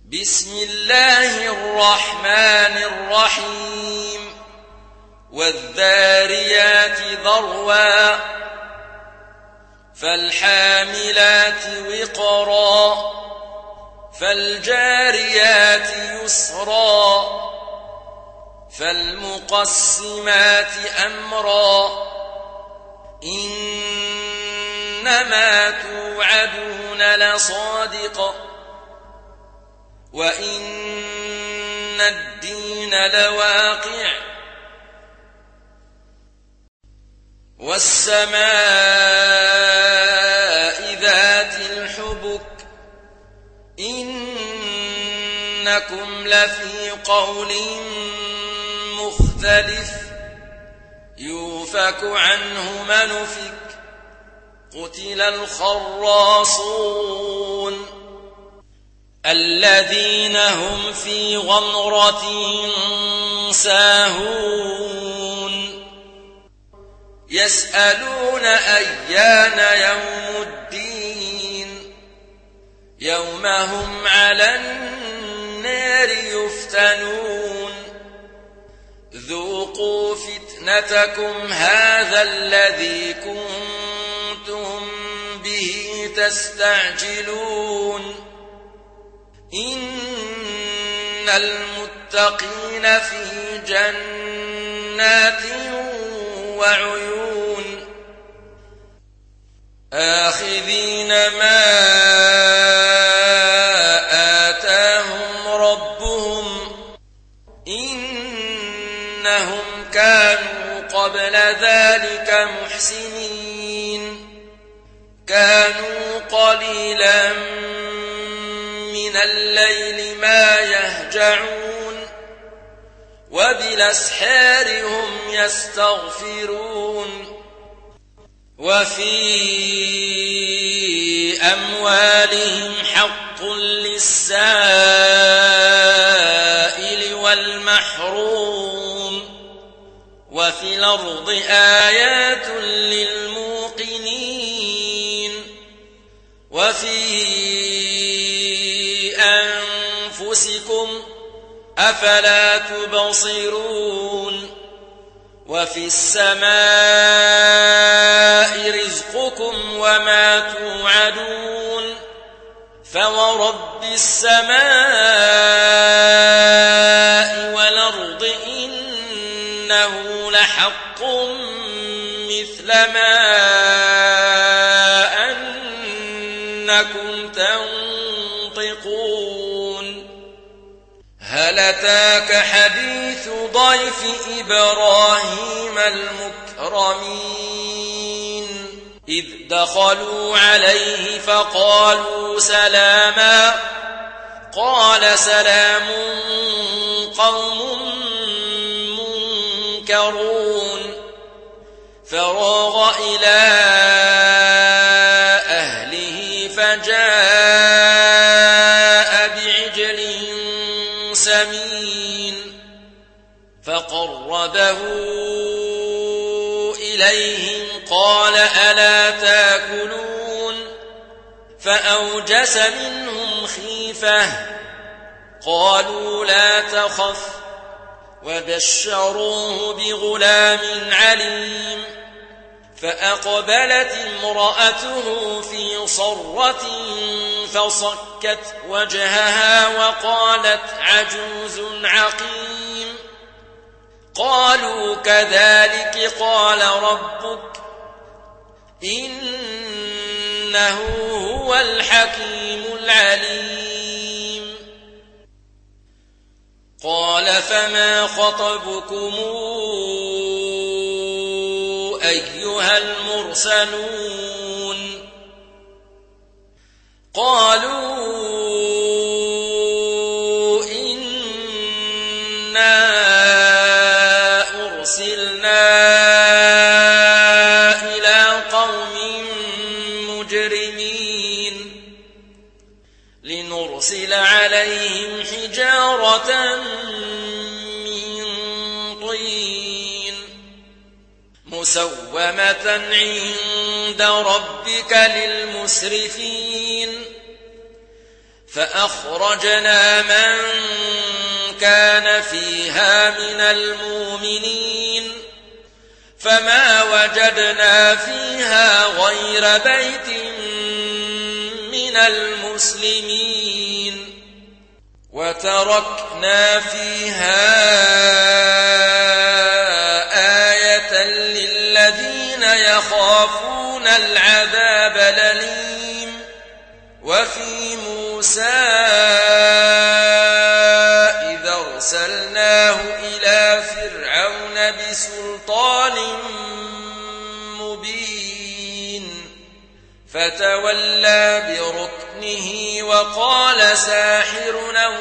بسم الله الرحمن الرحيم والذاريات ذروا فالحاملات وقرا فالجاريات يسرا فالمقسمات أمرا إنما توعدون لصادق وإن الدين لواقع والسماء ذات الحبك إنكم لفي قول مختلف يوفك عنه من أفك قتل الخراصون الذين هم في غمرة ساهون يسألون أيان يوم الدين يوم هم على النار يفتنون ذوقوا فتنتكم هذا الذي كنتم به تستعجلون إن المتقين في جنات وعيون آخذين ما آتاهم ربهم إنهم كانوا قبل ذلك محسنين كانوا قليلا من الليل ما يهجعون وبالأسحار هم يستغفرون وفي أموالهم حق للسائل والمحروم وفي الأرض آيات للموقنين وفي أنفسكم أفلا تبصرون وفي السماء رزقكم وما توعدون فورب السماء والأرض إنه لحق مثل ما أنكم تنطقون هل أتاك حديث ضيف إبراهيم المكرمين إذ دخلوا عليه فقالوا سلاما قال سلام قوم منكرون فراغ إلى أهله فجاء بعجل سمين فقربه إليهم قال ألا تاكلون فأوجس منهم خيفة قالوا لا تخف وبشروه بغلام عليم فأقبلت امرأته في صرة فصكت وجهها وقالت عجوز عقيم قالوا كذلك قال ربك إنه هو الحكيم العليم قال فما خطبكم أيها المرسلون قالوا إنا أرسلنا إلى قوم مجرمين لنرسل عليهم حجارة من طين مسومة عند ربك للمسرفين فأخرجنا من كان فيها من المؤمنين فما وجدنا فيها غير بيت من المسلمين وتركنا فيها آية للذين يخافون العذاب الأليم وفي موسى إذا أرسلناه إلى فرعون بسلطان مبين فتولى بركنه وقال ساحر أو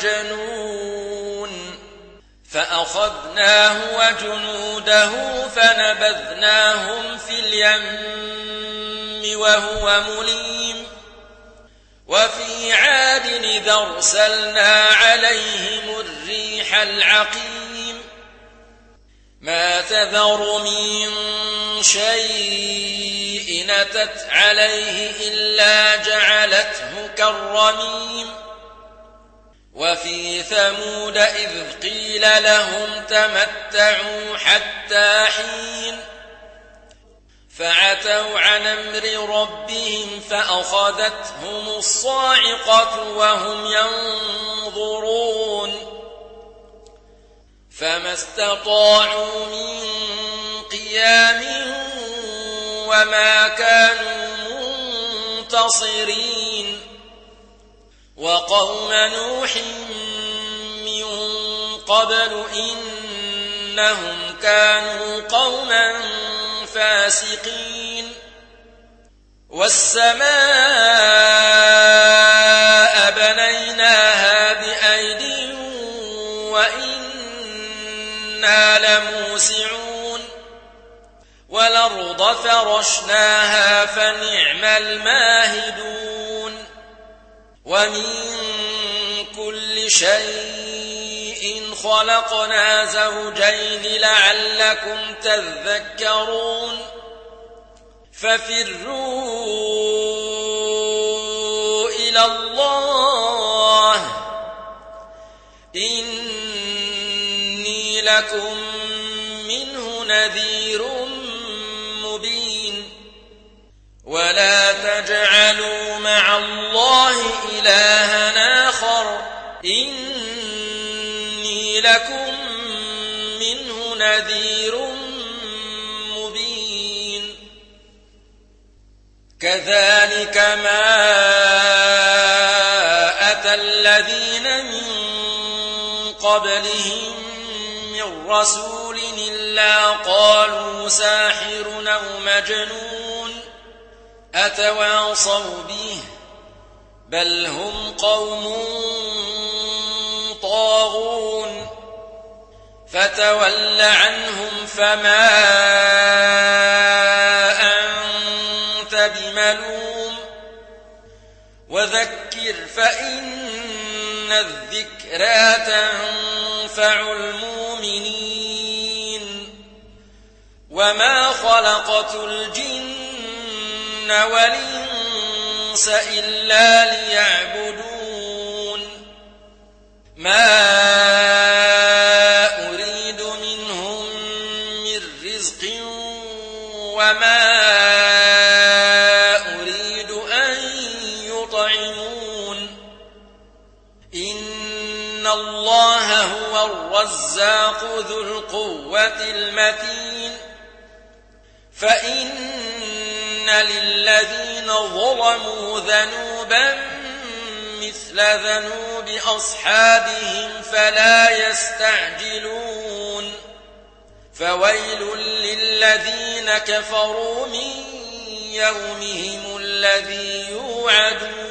مجنون فأخذناه وجنوده فنبذناهم في اليم وهو مليم وفي عاد إذا أرسلنا عليهم الريح العقيم ما تذر من شيء أتت عليه إلا جعلته كالرميم وفي ثمود إذ قيل لهم تمتعوا حتى حين فعتوا عن أمر ربهم فأخذتهم الصاعقة وهم ينظرون فما استطاعوا من قيام وما كانوا منتصرين وقوم نوح من قبل إنهم كانوا قوما فاسقين والسماء بنيناها بأيد وإنا لموسعون والأرض فرشناها فنعم الماهدون ومن كل شيء خلقنا زوجين لعلكم تذكرون ففروا إلى الله إني لكم منه نذير مبين ولا تجعلوا مع الله إلها آخر إني لكم منه نذير مبين كذلك ما أتى الذين من قبلهم من رسول إلا قالوا ساحر أو مجنون أتواصوا به بل هم قوم طاغون فتول عنهم فما أنت بملوم وذكر فإن الذكرى تنفع المؤمنين وما خلقت الجن والإنس إلا ليعبدون ما أريد منهم من رزق وما أريد أن يطعمون إن الله هو الرزاق ذو القوة المتين فإن للذين ظلموا ذنوبا مثل ذنوب أصحابهم فلا يستعجلون فويل للذين كفروا من يومهم الذي يوعدون